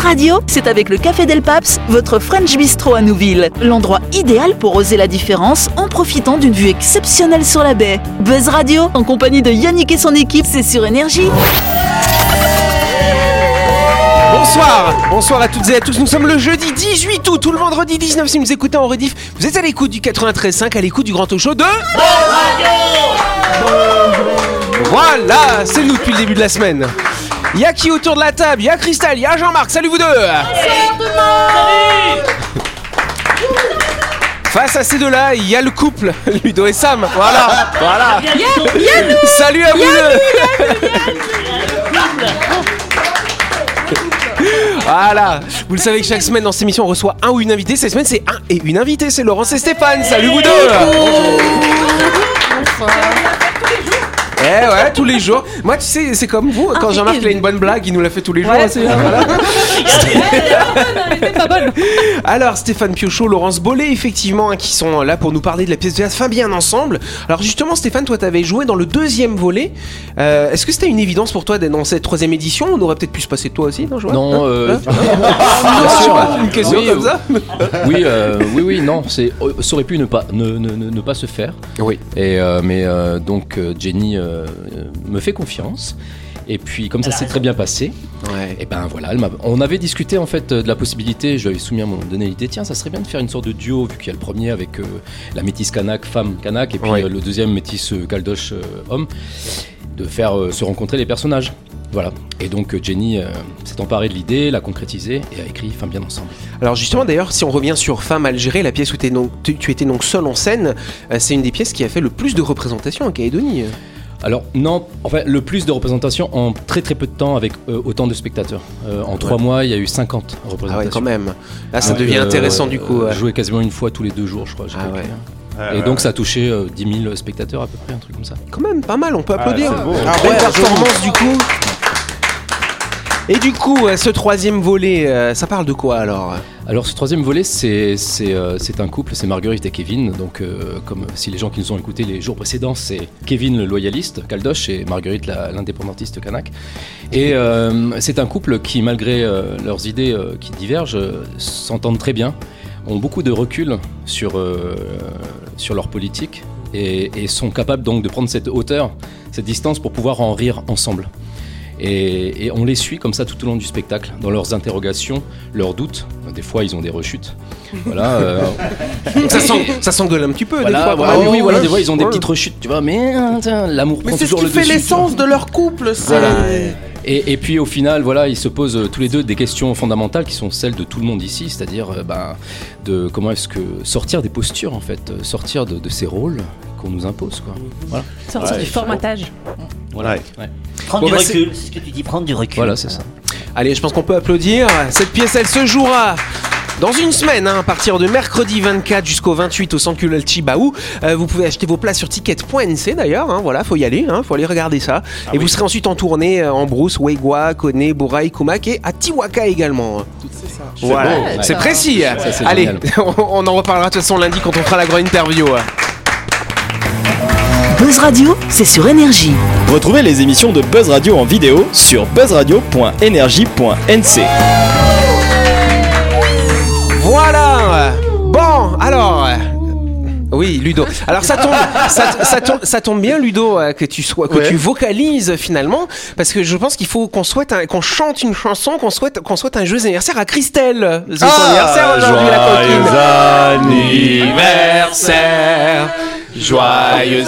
Radio, c'est avec le Café Del Paps, votre French Bistro à Nouville. L'endroit idéal pour oser la différence en profitant d'une vue exceptionnelle sur la baie. Buzz Radio, en compagnie de Yannick et son équipe, c'est sur Énergie. Bonsoir à toutes et à tous, nous sommes le jeudi 18 août, ou le vendredi 19 si vous écoutez en rediff. Vous êtes à l'écoute du 93.5, à l'écoute du grand talk show de Buzz Radio. Voilà, c'est nous depuis le début de la semaine. Il y a qui autour de la table? Il y a Christelle, il y a Jean-Marc, salut vous deux. Bonsoir tout le monde. Face à ces deux-là, il y a le couple, Ludo et Sam, voilà. Salut à vous deux. Voilà, vous le savez que chaque semaine dans cette émission on reçoit un ou une invitée. Cette semaine c'est un et une invitée, c'est Laurence et Stéphane. Salut vous deux. Bonsoir. Eh ouais, tous les jours. Moi tu sais, c'est comme vous, quand Jean-Marc il a une bonne blague, il nous la fait tous les jours. Ouais, c'est voilà. Alors Stéphane Piochot, Laurence Bollet, effectivement, qui sont là pour nous parler de la pièce de théâtre Fin bien ensemble. Alors justement Stéphane, toi t'avais joué dans le deuxième volet. Est-ce que c'était une évidence pour toi d'être dans cette troisième édition? On aurait peut-être pu se passer de toi aussi, non? Non, bien sûr. Une question comme ça. Oui, non, ça aurait pu ne pas se faire. Oui. Mais donc Jenny me fait confiance. Et puis comme ça s'est très bien passé, et ben voilà, on avait discuté en fait de la possibilité, je lui avais soumis à mon donné l'idée, tiens ça serait bien de faire une sorte de duo vu qu'il y a le premier avec la métisse kanak, femme kanak, et puis le deuxième métisse caldoche homme, de faire se rencontrer les personnages. Voilà, et donc Jenny s'est emparée de l'idée, l'a concrétisée et a écrit Fin bien ensemble. Alors justement d'ailleurs, si on revient sur Femme Algérée, la pièce où tu étais donc seul en scène, c'est une des pièces qui a fait le plus de représentations en Calédonie. Alors non, enfin le plus de représentations en très très peu de temps avec autant de spectateurs. En 3 mois, il y a eu 50 représentations. Ah ouais, quand même. Là, ça devient intéressant du coup. Je jouais quasiment une fois tous les 2 jours, je crois. Et donc ça a touché 10 000 spectateurs à peu près, un truc comme ça. Quand même, pas mal, on peut applaudir. Belle performance du coup. Et du coup, ce troisième volet, ça parle de quoi alors? Alors ce troisième volet, c'est un couple, c'est Marguerite et Kevin. Donc comme si les gens qui nous ont écoutés les jours précédents, c'est Kevin le loyaliste, caldoche, et Marguerite l'indépendantiste, kanak. Et c'est un couple qui, malgré leurs idées qui divergent, s'entendent très bien, ont beaucoup de recul sur leur politique et sont capables donc de prendre cette hauteur, cette distance pour pouvoir en rire ensemble. Et on les suit comme ça tout au long du spectacle, dans leurs interrogations, leurs doutes. Des fois, ils ont des rechutes. Voilà. Ça s'engueule un petit peu. Voilà, des fois. Voilà, des fois, ils ont des petites rechutes. Tu vois, mais l'amour prend toujours le dessus. Mais c'est ce qui fait l'essence de leur couple. Voilà. Et puis au final, voilà, ils se posent tous les deux des questions fondamentales qui sont celles de tout le monde ici, c'est-à-dire de comment est-ce que sortir des postures en fait, sortir de ces rôles qu'on nous impose, quoi. Voilà. Sortir du formatage. Voilà. Ouais. Prendre du recul, c'est ce que tu dis, prendre du recul. Voilà, c'est ça. Allez, je pense qu'on peut applaudir. Cette pièce, elle se jouera dans une semaine, à partir de mercredi 24 jusqu'au 28 au Centre culturel Chibaou. Vous pouvez acheter vos places sur ticket.nc d'ailleurs, voilà, faut y aller, faut aller regarder ça. Vous serez ensuite en tournée en Brousse, Wegwa, Kone, Bouraï, Koumak et à Tiwaka également. C'est ça. Voilà, c'est précis. Ça, c'est allez, génial. on en reparlera de toute façon lundi quand on fera la grande interview. Buzz Radio, c'est sur Énergie. Retrouvez les émissions de Buzz Radio en vidéo sur buzzradio.energie.nc. Voilà. Bon, alors... Oui, Ludo. Alors ça tombe bien, Ludo, que tu vocalises finalement, parce que je pense qu'il faut qu'on chante une chanson, qu'on souhaite un joyeux anniversaire à Christelle. C'est son anniversaire aujourd'hui, la coquine. Joyeux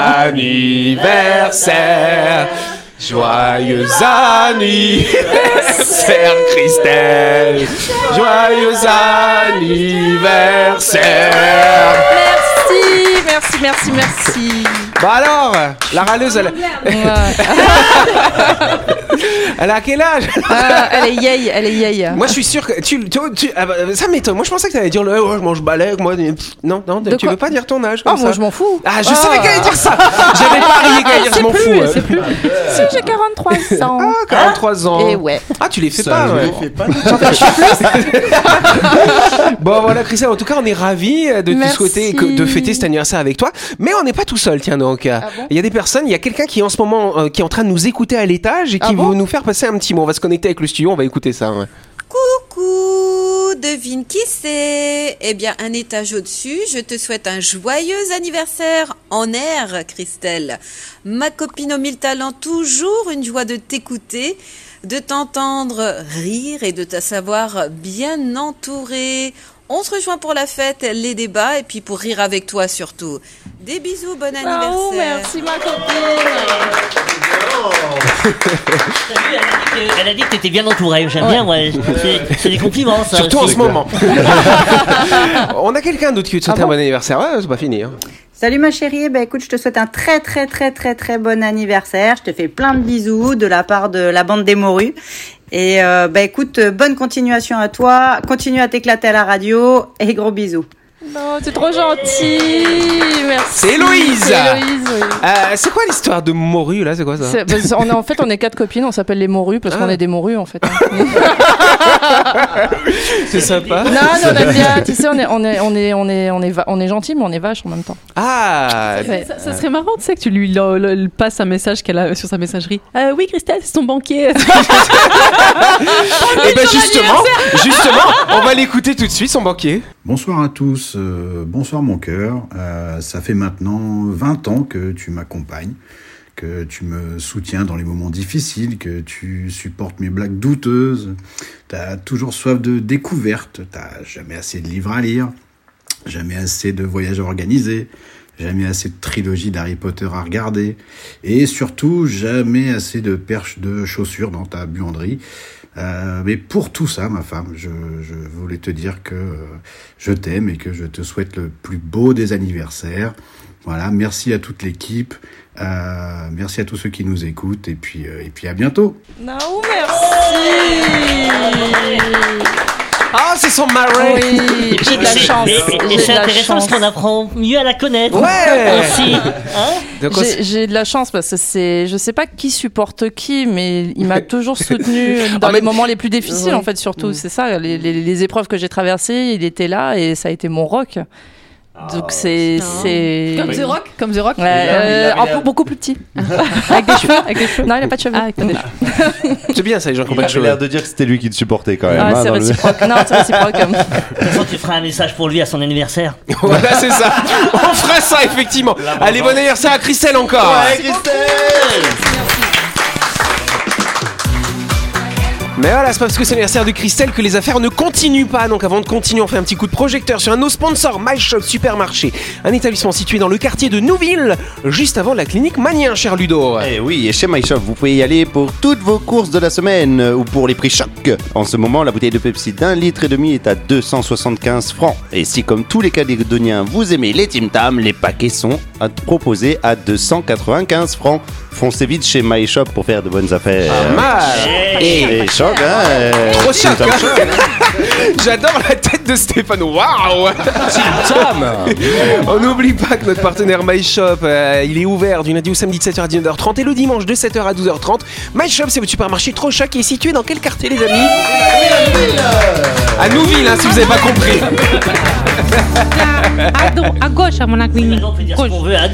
anniversaire, joyeux anniversaire, Christelle. Joyeux anniversaire. Merci. Bah alors, la râleuse, elle a quel âge? Elle est yay. Moi, je suis sûr que ça m'étonne. Moi, je pensais que t'allais dire je mange balèque. Moi, non, tu veux pas dire ton âge comme ça? Moi, je m'en fous. Ah, je savais qu'elle allait dire ça. J'avais parié qu'elle allait dire je m'en fous. C'est plus. Si, j'ai 43 ans. Ah, 43 ans. Et ouais. Ah, tu les fais Ça, pas. je Ouais. les fais pas. Bon, voilà, Christelle. En tout cas, on est ravis de te souhaiter de fêter cet anniversaire avec toi. Mais on n'est pas tout seul, tiens donc. Bon, il y a des personnes, il y a quelqu'un qui en ce moment qui est en train de nous écouter à l'étage et qui veut nous faire passer un petit mot. On va se connecter avec le studio, on va écouter ça. Coucou devine qui c'est? Eh bien, un étage au-dessus, je te souhaite un joyeux anniversaire en air, Christelle. Ma copine aux 1000 talents, toujours une joie de t'écouter, de t'entendre rire et de te savoir bien entourée. On se rejoint pour la fête, les débats et puis pour rire avec toi surtout. Des bisous, bon anniversaire. Oh, merci ma copine. Elle a dit que t'étais bien entouré. J'aime bien, ouais. C'est des compliments, ça. Surtout aussi. en ce moment. On a quelqu'un d'autre qui veut te souhaiter un bon anniversaire. Ouais, c'est pas fini. Hein. Salut ma chérie, écoute, je te souhaite un très bon anniversaire. Je te fais plein de bisous de la part de la bande des morues. Et écoute, bonne continuation à toi. Continue à t'éclater à la radio et gros bisous. Non, c'est trop gentil. Merci. C'est Héloïse. C'est Héloïse, oui. C'est quoi l'histoire de morue là? C'est quoi ça? On est 4 copines, on s'appelle les morues parce qu'on est des morues en fait. C'est sympa. Non, on aime bien. Tu sais, on est gentil, mais on est vache en même temps. Ah. Ça serait marrant, tu sais, que tu lui passes un message qu'elle a sur sa messagerie. Oui, Christelle, c'est ton banquier. Et justement, on va l'écouter tout de suite, son banquier. Bonsoir à tous, bonsoir mon cœur. Ça fait maintenant 20 ans que tu m'accompagnes, que tu me soutiens dans les moments difficiles, que tu supportes mes blagues douteuses. T'as toujours soif de découverte, t'as jamais assez de livres à lire, jamais assez de voyages à organiser, jamais assez de trilogie d'Harry Potter à regarder, et surtout jamais assez de perches de chaussures dans ta buanderie. Mais pour tout ça, ma femme, je voulais te dire que je t'aime et que je te souhaite le plus beau des anniversaires. Voilà, merci à toute l'équipe, merci à tous ceux qui nous écoutent, et puis à bientôt. Non, merci. Ah, c'est son marin. Oui, j'ai de la chance. Et c'est intéressant parce qu'on apprend mieux à la connaître. Ouais. Aussi. Hein, j'ai de la chance parce que je sais pas qui supporte qui, mais il m'a toujours soutenu dans les moments les plus difficiles en fait, surtout. C'est ça, les épreuves que j'ai traversées, il était là et ça a été mon rock. Donc c'est Comme The Rock. Un peu beaucoup plus petit. Avec des cheveux. Non, il a pas de cheveux. C'est bien ça, les gens qui ont pas de Il cheveux. avait l'air de dire que c'était lui qui te supportait quand même. Ah, c'est réciproque. Non, c'est réciproque. De toute façon, tu feras un message pour lui à son anniversaire. Voilà, c'est ça. On fera ça effectivement. Allez, bon anniversaire à Christelle encore. Ouais, Christelle. Mais voilà, c'est pas parce que c'est l'anniversaire de Christelle que les affaires ne continuent pas. Donc avant de continuer, on fait un petit coup de projecteur sur un de nos sponsors, My Shop Supermarché. Un établissement situé dans le quartier de Nouville, juste avant la clinique Magnien, cher Ludo. Eh oui, et chez My Shop, vous pouvez y aller pour toutes vos courses de la semaine ou pour les prix choc. En ce moment, la bouteille de Pepsi d'1,5 litre est à 275 francs. Et si, comme tous les calédoniens, vous aimez les Tim Tam, les paquets sont proposés à 295 francs. Foncez vite chez My Shop pour faire de bonnes affaires. Pas mal. Et choc, hein. Trop choc, hein. J'adore la tête de Stéphane. Waouh. On n'oublie pas que notre partenaire My Shop, il est ouvert du lundi au samedi de 7h à 19h30 et le dimanche de 7h à 12h30. My Shop, c'est votre supermarché trop choc qui est situé dans quel quartier, les amis? À Nouville, hein, si vous n'avez pas compris. À gauche, à mon avis. On peut dire ce qu'on veut.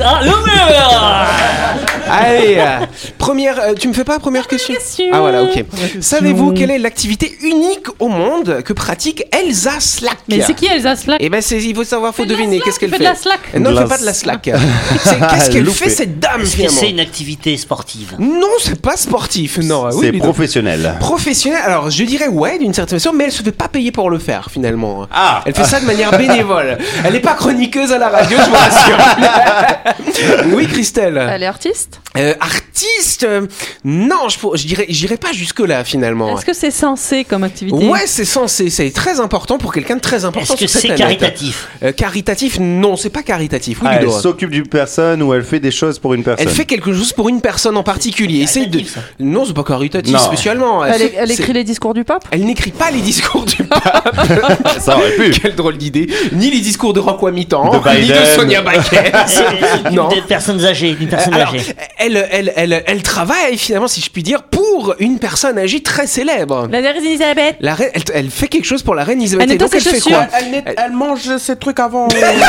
Allez, tu me fais pas la première question? Ah voilà, ok. Savez-vous quelle est l'activité unique au monde que pratique Elsa Slack? Mais c'est qui Elsa Slack? Eh ben il faut savoir, faut deviner. Qu'est-ce qu'elle fait? de la slack. Non, elle fait pas de la slack. Qu'est-ce qu'elle fait cette dame Est-ce que finalement? c'est une activité sportive? Non, c'est pas sportif. Non, oui, C'est Ludo. professionnel. Professionnel. Alors je dirais ouais, d'une certaine façon, mais elle se fait pas payer pour le faire finalement. Ah. Elle fait ça de manière bénévole. Elle est pas chroniqueuse à la radio, je vous rassure. Oui, Christelle. Elle est artiste? Artiste non, j'irais pas jusque là finalement. Est-ce que c'est censé comme activité? Ouais, c'est censé, c'est très important pour quelqu'un de très important. Est-ce que sur cette c'est planète. caritatif? Caritatif, non, c'est pas caritatif. Oui, Elle Ludo. s'occupe d'une personne ou elle fait des choses pour une personne. Elle fait quelque chose pour une personne en particulier. Essaye de. Caritatif, ça. Non, c'est pas caritatif Non. spécialement. Elle écrit les discours du pape? Elle n'écrit pas les discours du pape. Ça aurait pu. Quelle drôle d'idée. Ni les discours de Rocco Mitterrand, De ni de Biden. Sonia Baquet. Non. Des personnes âgées, d'une personne Alors, âgée. elle travaille finalement, si je puis dire, pour une personne âgée très célèbre. La reine Elisabeth. Elle fait quelque chose pour la reine Elisabeth. Elle Et donc, elle fait quoi? Elle mange ces trucs avant.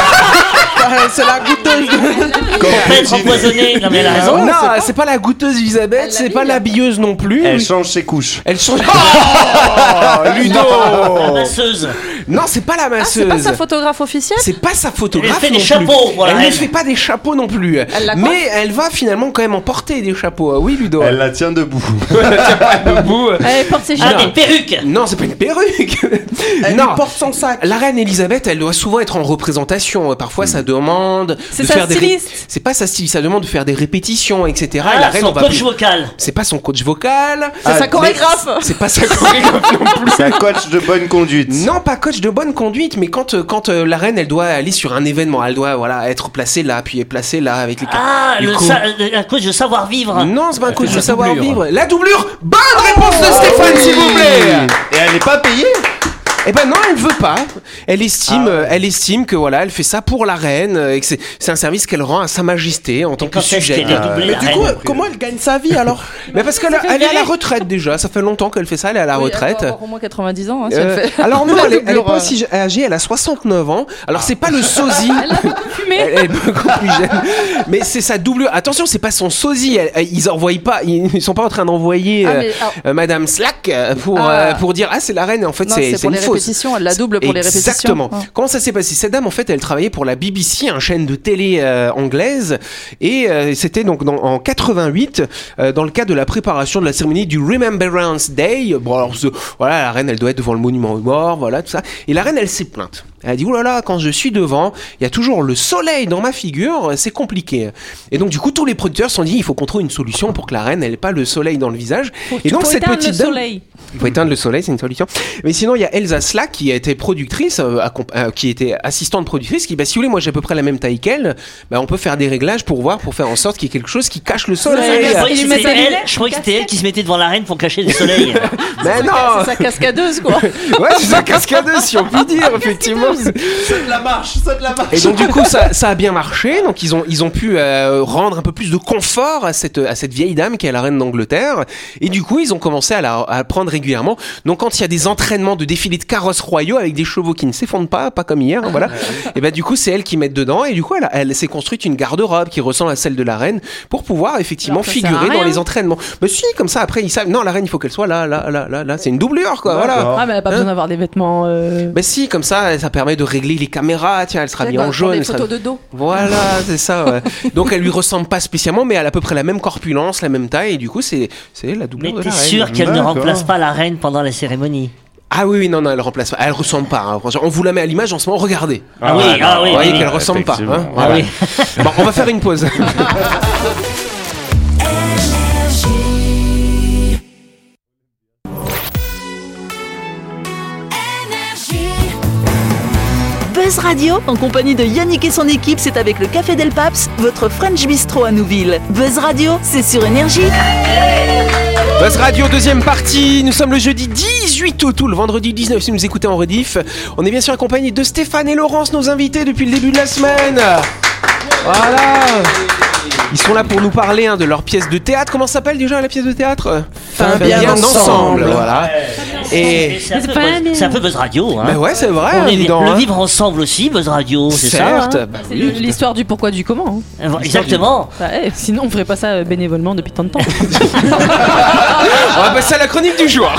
C'est la goûteuse. Complètement empoisonnée. Non, mais elle a raison. Non, c'est pas la goûteuse Elisabeth, c'est pas l'habilleuse non plus. Elle change ses couches. Elle change. Oh, Ludo. La masseuse. Non, c'est pas la masseuse. C'est pas sa photographe officielle. C'est pas sa photographe. Elle fait non des chapeaux. plus. Voilà, elle ne fait pas des chapeaux non plus. Mais elle va finalement quand même en porter des chapeaux. Oui, Ludo. Elle la tient debout. Elle la tient pas debout. Elle porte ses Ah, des perruques. Non, c'est pas une perruque. Elle non. porte son sac. La reine Elisabeth, elle doit souvent être en représentation. Parfois, ça demande C'est de sa faire des. styliste. C'est pas sa styliste, ça demande de faire des répétitions, etc. Ah, et la reine, son on va coach plus- vocal. C'est pas son coach vocal. C'est sa chorégraphe. C'est pas sa chorégraphe non plus. C'est un coach de bonne conduite. Non, pas coach de bonne conduite, mais quand la reine, elle doit aller sur un événement, elle doit être placée là, puis placée là avec les. Ah, les un coach de savoir-vivre. Non, c'est pas un coach fait de sa savoir-vivre. La doublure. Bonne réponse de Stéphane, s'il vous plaît. Et elle n'est pas payée. Eh ben non, elle veut pas. Elle estime que voilà, elle fait ça pour la reine, et que c'est un service qu'elle rend à Sa Majesté en tant que quand est-ce sujet. qu'elle est doublée, Mais la du coup, reine comment elle gagne sa vie alors? Mais parce qu'elle elle est à la retraite déjà. Ça fait longtemps qu'elle fait ça. Elle est à la retraite. Elle doit avoir au moins 90 ans. Hein, si elle fait. Alors non, elle est doublure, pas aussi âgée. Elle a 69 ans. Alors c'est pas le sosie. Elle a beaucoup fumé. Elle est beaucoup plus jeune. Mais c'est sa doublure. Attention, c'est pas son sosie. Ils envoient pas. Ils sont pas en train d'envoyer Madame Slack pour dire c'est la reine. Et en fait, Non, c'est pour une les fausse. répétitions. Elle la double pour les répétitions. Exactement. Ah. Comment ça s'est passé? Cette dame, en fait, elle travaillait pour la BBC, une chaîne de télé anglaise, et c'était donc en 88, dans le cadre de la préparation de la cérémonie du Remembrance Day. Bon, alors, voilà, la reine, elle doit être devant le monument aux morts, voilà, tout ça. Et la reine, elle s'est plainte. Elle a dit, oh là là, quand je suis devant, il y a toujours le soleil dans ma figure, c'est compliqué. Et donc, du coup, tous les producteurs se sont dit, il faut qu'on trouve une solution pour que la reine, elle n'ait pas le soleil dans le visage. Et donc, cette petite dame. Il faut éteindre le soleil, c'est une solution. Mais sinon, il y a Elsa Slack qui a été productrice, qui était assistante productrice, qui, si vous voulez, moi j'ai à peu près la même taille qu'elle, on peut faire des réglages pour faire en sorte qu'il y ait quelque chose qui cache le soleil. Je croyais que c'était elle qui se mettait devant la reine pour cacher le soleil. Mais non. C'est sa cascadeuse, quoi. Ouais, c'est sa cascadeuse, si on peut dire, effectivement. C'est de la marche, c'est de la marche. Et donc du coup, ça a bien marché. Donc ils ont pu rendre un peu plus de confort à cette vieille dame qui est la reine d'Angleterre. Et du coup, ils ont commencé à la prendre régulièrement. Donc quand il y a des entraînements de défilés de carrosses royaux avec des chevaux qui ne s'effondrent pas comme hier, voilà. Et du coup, c'est elle qui met dedans. Et du coup, elle s'est construite une garde-robe qui ressemble à celle de la reine pour pouvoir effectivement figurer dans les entraînements. Mais si, comme ça, après ils savent. Non, la reine, il faut qu'elle soit là. C'est une doublure, quoi. Voilà. Ah, mais elle a pas besoin d'avoir des vêtements. Mais si, comme ça permet de régler les caméras. Tiens, elle sera habillée en jaune. Les photos de dos. Voilà, c'est ça. Ouais. Donc elle lui ressemble pas spécialement, mais elle a à peu près la même corpulence, la même taille, et du coup c'est la doublure de la reine. Mais t'es sûr qu'elle ne remplace pas la reine pendant la cérémonie? Ah oui, non, elle remplace pas. Elle ressemble pas. Hein. On vous la met à l'image en ce moment. Regardez. Ah oui. Vous voyez qu'elle ressemble pas. Hein. Voilà. Oui. Bon, on va faire une pause. Buzz Radio, en compagnie de Yannick et son équipe, c'est avec le Café Del Paps, votre French Bistro à Nouville. Buzz Radio, c'est sur Énergie. Buzz Radio, deuxième partie. Nous sommes le jeudi 18 août, le vendredi 19 si vous nous écoutez en rediff. On est bien sûr accompagné de Stéphane et Laurence, nos invités depuis le début de la semaine. Voilà. Ils sont là pour nous parler de leur pièce de théâtre. Comment s'appelle déjà la pièce de théâtre? Fin bien ensemble. Voilà. Et c'est un peu Buzz Radio. Hein. Ben ouais, c'est vrai. Le vivre ensemble aussi, Buzz Radio, c'est ça. Certes. C'est l'histoire du pourquoi du comment. Hein. Exactement. Sinon, on ferait pas ça bénévolement depuis tant de temps. On va passer à la chronique du jour.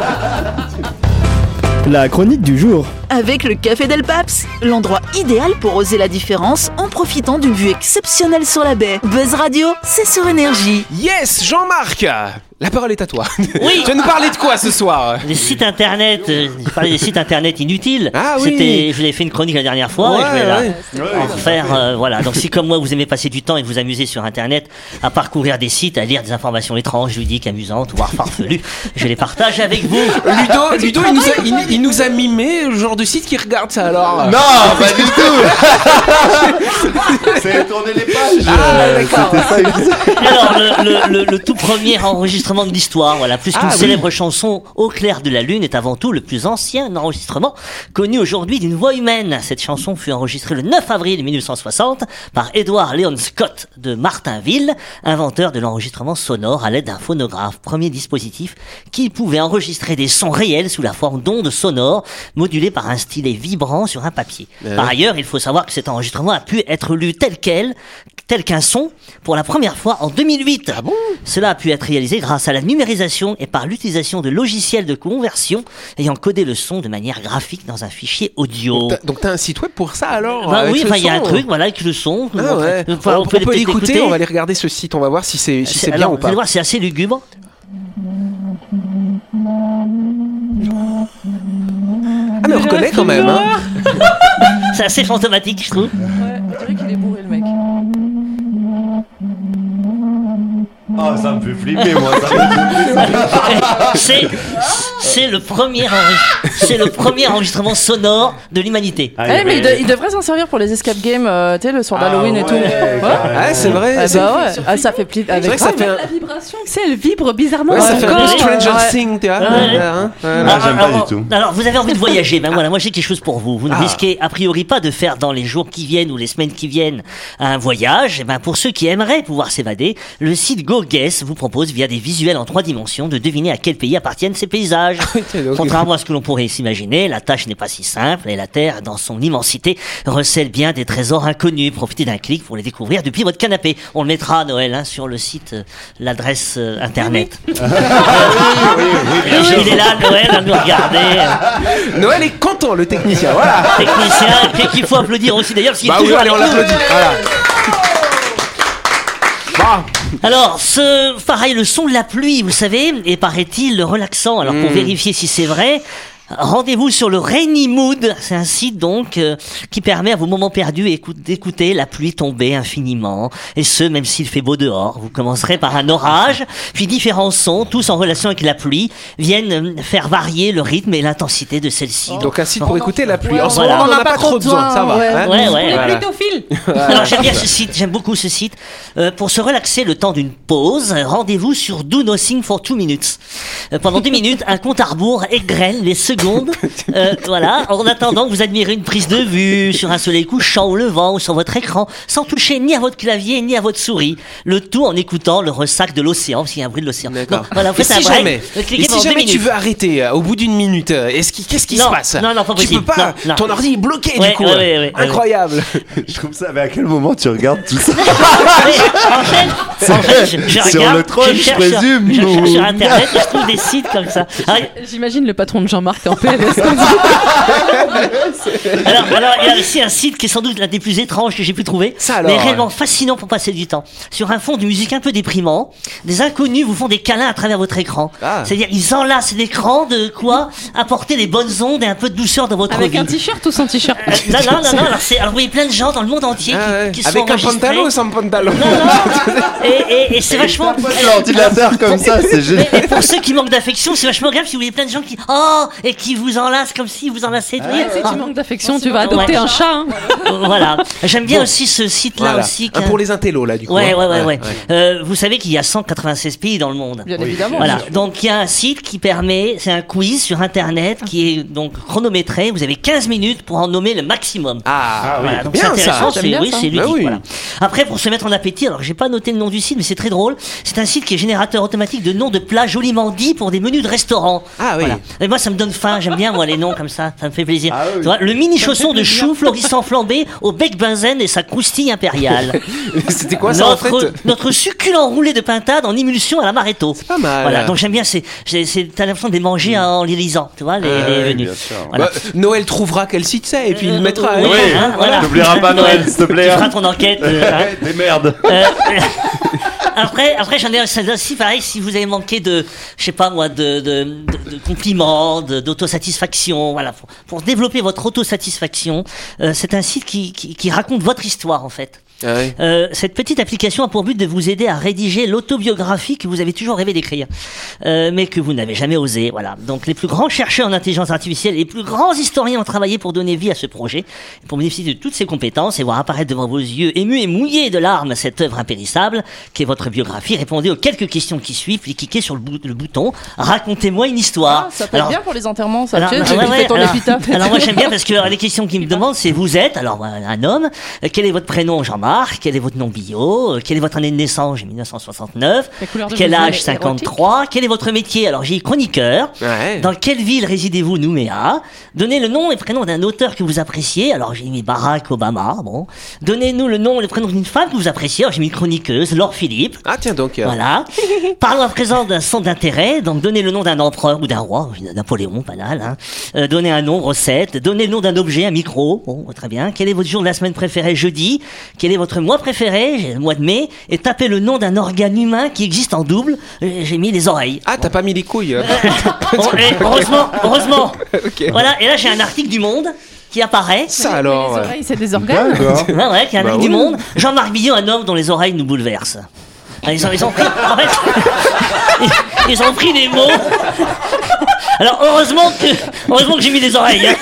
La chronique du jour. Avec le Café Del Paps, l'endroit idéal pour oser la différence en profitant d'une vue exceptionnelle sur la baie. Buzz Radio, c'est sur Énergie. Yes, Jean-Marc, la parole est à toi. Oui. Tu vas nous parler de quoi ce soir? Des sites internet, je parlais des sites internet inutiles. Ah oui. Je vous avais fait une chronique la dernière fois, je vais en refaire. Voilà. Donc si comme moi vous aimez passer du temps et vous amuser sur internet à parcourir des sites, à lire des informations étranges, ludiques, amusantes, voire farfelues, je les partage avec vous. Ludo, il nous a mimé le genre de site qui regarde ça alors. Non, pas du tout. C'est tourner les pages. Ah, d'accord. C'était ça. Alors le tout premier enregistrement enregistrement de l'histoire, voilà. Plus qu'une célèbre chanson, Au clair de la lune est avant tout le plus ancien enregistrement connu aujourd'hui d'une voix humaine. Cette chanson fut enregistrée le 9 avril 1960 par Edward Leon Scott de Martinville, inventeur de l'enregistrement sonore à l'aide d'un phonographe, premier dispositif qui pouvait enregistrer des sons réels sous la forme d'ondes sonores modulées par un stylet vibrant sur un papier. Par ailleurs, il faut savoir que cet enregistrement a pu être lu tel qu'un son pour la première fois en 2008. Ah bon ? Cela a pu être réalisé grâce à la numérisation et par l'utilisation de logiciels de conversion ayant codé le son de manière graphique dans un fichier audio. Donc t'as un site web pour ça alors ? Oui, il y a un truc avec le son. On peut l'écouter, on va aller regarder ce site, on va voir si c'est bien ou pas. Vous allez voir, c'est assez lugubre. Ah mais on reconnaît quand même hein. C'est assez fantomatique je trouve. Ouais, on dirait qu'il est bourré le mec. Oh, ça me fait flipper, moi. C'est le premier enregistrement sonore de l'humanité. Mais il devrait s'en servir pour les escape games, tu sais, le soir d'Halloween et tout. Ah, c'est vrai. Ça fait plaisir. C'est vrai que ça fait la vibration, tu sais, elle vibre bizarrement. Ouais, ça fait un Stranger Things, tu vois. J'aime pas du tout. Alors, vous avez envie de voyager, ben voilà, moi j'ai quelque chose pour vous. Vous ne risquez a priori pas de faire dans les jours qui viennent ou les semaines qui viennent un voyage. Et ben pour ceux qui aimeraient pouvoir s'évader, le site GoGuess vous propose via des visuels en 3 dimensions de deviner à quel pays appartiennent ces paysages. Contrairement à ce que l'on pourrait s'imaginer, la tâche n'est pas si simple et la Terre, dans son immensité, recèle bien des trésors inconnus. Profitez d'un clic pour les découvrir depuis votre canapé. On le mettra, Noël, sur le site, l'adresse internet. Oui, Il est là, Noël, à nous regarder. Noël est content, le technicien, voilà. Technicien, qu'il faut applaudir aussi d'ailleurs, parce qu'il est toujours allez, on l'applaudit. Voilà. Alors, pareil, le son de la pluie, vous savez, est paraît-il relaxant. Alors, pour vérifier si c'est vrai, rendez-vous sur le Rainy Mood. C'est un site donc qui permet à vos moments perdus d'écouter la pluie tomber infiniment. Et ce, même s'il fait beau dehors. Vous commencerez par un orage, puis différents sons, tous en relation avec la pluie, viennent faire varier le rythme et l'intensité de celle-ci. Donc un site pour écouter la pluie. En ce moment, on n'en a pas trop besoin, ça va. Ouais. Plutophiles. Alors j'aime bien ce site, j'aime beaucoup ce site. Pour se relaxer le temps d'une pause, rendez-vous sur Do Nothing for 2 minutes. Pendant 2 minutes, un compte à rebours égrène les secondes. Voilà. En attendant, vous admirez une prise de vue sur un soleil couchant ou levant ou sur votre écran, sans toucher ni à votre clavier ni à votre souris. Le tout en écoutant le ressac de l'océan, parce qu'il y a un bruit de l'océan. Donc voilà, vous faites un break. Et si jamais tu veux arrêter au bout d'une minute, qu'est-ce qui se passe? Non, pas possible. Tu peux pas. Non. Ton ordi est bloqué du coup. Incroyable. Je trouve ça. Mais à quel moment tu regardes tout ça? En fait, je sur regarde, le troll, je présume. Je cherche sur internet et je trouve des sites comme ça. J'imagine le patron de Jean-Marc en PLS. Alors, il y a aussi un site qui est sans doute l'un des plus étranges que j'ai pu trouver, mais réellement fascinant pour passer du temps. Sur un fond de musique un peu déprimant, des inconnus vous font des câlins à travers votre écran. C'est-à-dire, ils enlacent l'écran de quoi apporter des bonnes ondes et un peu de douceur dans votre vie. Avec un t-shirt ou sans t-shirt? Non. Alors, vous voyez plein de gens dans le monde entier qui sont avec un pantalon ou sans pantalon? Et c'est vachement. L'ordinateur comme ça, c'est génial. Mais pour ceux qui manquent d'affection, c'est vachement grave si vous voyez plein de gens qui vous enlacent comme si vous enlacez. Si tu manques d'affection, tu vas adopter un chat. Hein. Voilà. J'aime bien aussi ce site-là aussi. Pour les intellos là du coup. Ouais. Vous savez qu'il y a 196 pays dans le monde. Bien évidemment. Voilà. Donc il y a un site qui permet, c'est un quiz sur internet qui est donc chronométré. Vous avez 15 minutes pour en nommer le maximum. Voilà. Donc c'est intéressant. C'est ludique. Voilà. Après, pour se mettre en appétit, alors j'ai pas noté le nom du site, mais c'est très drôle. C'est un site qui est générateur automatique de noms de plats joliment dits pour des menus de restaurant. Voilà. Et moi, ça me donne faim. J'aime bien moi les noms comme ça. Ça me fait plaisir. Tu vois, le mini chausson de chou florissant flambé au bec benzène et sa croustille impériale. C'était quoi ça en fait? Notre succulent roulé de pintade en émulsion à la Maréto. C'est pas mal. Voilà. Donc j'aime bien. T'as l'impression de les manger en les lisant. Tu vois les menus. Voilà. Noël trouvera quel site c'est et puis il le mettra. Voilà. N'oubliera pas Noël, s'il te plaît. Tu feras ton enquête. Des merdes. Après, j'en ai aussi pareil. Si vous avez manqué de, je sais pas moi, de compliments, d'autosatisfaction, voilà, pour développer votre autosatisfaction, c'est un site qui raconte votre histoire en fait. Ah oui. Cette petite application a pour but de vous aider à rédiger l'autobiographie que vous avez toujours rêvé d'écrire, mais que vous n'avez jamais osé. Voilà. Donc les plus grands chercheurs en intelligence artificielle et les plus grands historiens ont travaillé pour donner vie à ce projet, pour bénéficier de toutes ses compétences et voir apparaître devant vos yeux émus et mouillés de larmes cette œuvre impérissable qu'est votre biographie. Répondez aux quelques questions qui suivent, puis cliquez sur le bouton « Racontez-moi une histoire ». Ça peut être bien pour les enterrements, ça. Alors, tu sais, ouais, ton épitaphe. alors moi j'aime bien parce que les questions qu'ils me demandent c'est vous êtes, alors un homme, quel est votre prénom Jean-Marc, quel est votre nom bio, quelle est votre année de naissance, j'ai 1969, quel âge 53, quel est votre métier, alors j'ai chroniqueur, dans quelle ville résidez-vous Nouméa, donnez le nom et prénom d'un auteur que vous appréciez, alors j'ai mis Barack Obama, bon, donnez-nous le nom et le prénom d'une femme que vous appréciez, alors j'ai mis chroniqueuse, Laure Philippe. Ah tiens donc. Voilà. Parlons à présent d'un centre d'intérêt, donc donnez le nom d'un empereur ou d'un roi, Napoléon, banal, hein. Donnez un nombre, 7, donnez le nom d'un objet, un micro, bon, très bien, quel est votre jour de la semaine préféré jeudi, quel est votre mois préféré, j'ai le mois de mai, et tapez le nom d'un organe humain qui existe en double, j'ai mis les oreilles. Ah, t'as pas mis les couilles. Heureusement. Okay. Voilà, et là j'ai un article du Monde qui apparaît. Ça alors. Les oreilles, c'est des organes. Ouais, qui est un article du Monde. Jean-Marc Billot, un homme dont les oreilles nous bouleversent. Ils ont pris, en fait, ils ont pris les mots. Alors heureusement que j'ai mis les oreilles. Hein.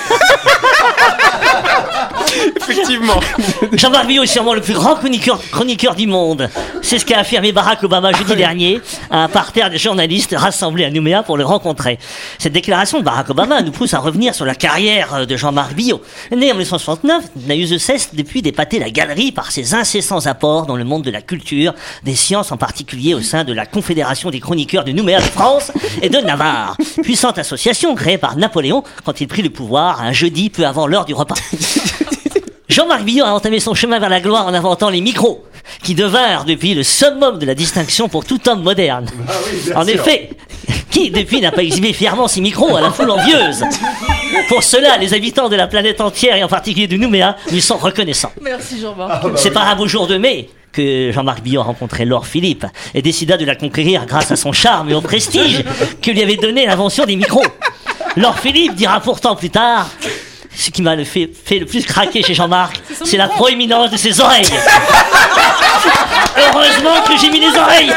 Effectivement. Jean-Marc Billot est sûrement le plus grand chroniqueur du monde. C'est ce qu'a affirmé Barack Obama jeudi dernier à un parterre de journalistes rassemblés à Nouméa pour le rencontrer. Cette déclaration de Barack Obama nous pousse à revenir sur la carrière de Jean-Marc Billot. Né en 1969, n'a eu de cesse depuis d'épater la galerie par ses incessants apports dans le monde de la culture, des sciences en particulier au sein de la Confédération des chroniqueurs de Nouméa de France et de Navarre. Puissante association créée par Napoléon quand il prit le pouvoir un jeudi peu avant l'heure du repas. Jean-Marc Billot a entamé son chemin vers la gloire en inventant les micros, qui devinrent depuis le summum de la distinction pour tout homme moderne. Ah oui, en effet, qui depuis n'a pas exhibé fièrement ses micros à la foule envieuse? Pour cela, les habitants de la planète entière et en particulier de Nouméa lui sont reconnaissants. Merci Jean-Marc. C'est par un beau jour de mai que Jean-Marc Billot a rencontré Laure Philippe et décida de la conquérir grâce à son charme et au prestige que lui avait donné l'invention des micros. Laure Philippe dira pourtant plus tard: ce qui m'a fait le plus craquer chez Jean-Marc, c'est la proéminence de ses oreilles. Heureusement que j'ai mis les oreilles.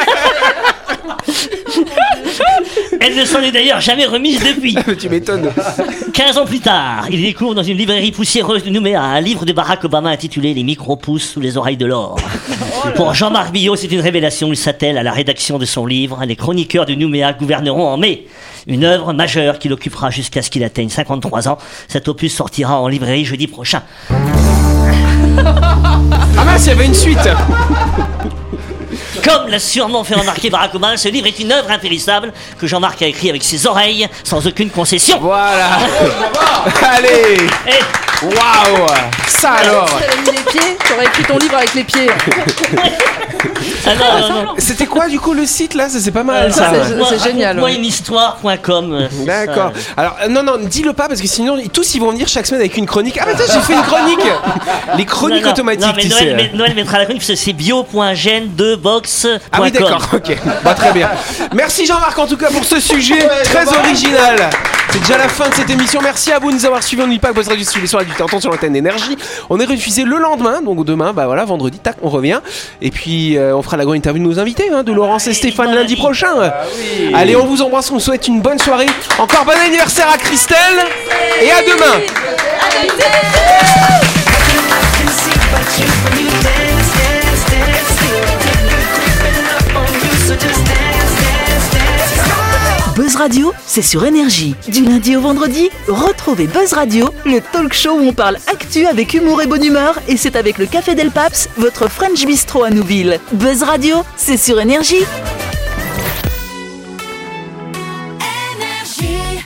Elle ne s'en est d'ailleurs jamais remise depuis. Tu m'étonnes. 15 ans plus tard, il découvre dans une librairie poussiéreuse de Nouméa un livre de Barack Obama intitulé « Les micros poussent sous les oreilles de l'or ». Pour Jean-Marc Billot, c'est une révélation. Il s'attelle à la rédaction de son livre « Les chroniqueurs de Nouméa gouverneront en mai ». Une œuvre majeure qui l'occupera jusqu'à ce qu'il atteigne 53 ans. Cet opus sortira en librairie jeudi prochain. Ah mince, il y avait une suite. Comme l'a sûrement fait remarquer Barack Obama, ce livre est une œuvre impérissable que Jean-Marc a écrit avec ses oreilles, sans aucune concession. Voilà. Allez. Waouh. Ça alors. Si t'avais mis les pieds, t'aurais écrit ton livre avec les pieds. Non. C'était quoi du coup le site là? C'est pas mal ça. C'est génial. Moi une histoire.com. D'accord. Alors non, dis-le pas parce que sinon tous ils vont venir chaque semaine avec une chronique. Ah mais attends, j'ai fait une chronique. Les chroniques automatiques. Non, mais Noël mettra la chronique parce que c'est bio.gen2box.com. Ah oui d'accord. Ok. Bah, très bien. Merci Jean-Marc en tout cas pour ce sujet très original. C'est déjà la fin de cette émission. Merci à vous de nous avoir suivis. On n'oublie pas que Buzz Radio suit les soirs du temps sur l'antenne d'énergie. On est rediffusé le lendemain, donc demain, bah voilà, vendredi, tac, on revient. Et puis on fera la grande interview de nos invités, de Laurence et Stéphane lundi prochain. Oui. Allez, on vous embrasse, on vous souhaite une bonne soirée. Encore bon anniversaire à Christelle et à demain. Buzz Radio, c'est sur Énergie. Du lundi au vendredi, retrouvez Buzz Radio, le talk show où on parle actu avec humour et bonne humeur, et c'est avec le Café Del Paps, votre French Bistro à Nouville. Buzz Radio, c'est sur Énergie.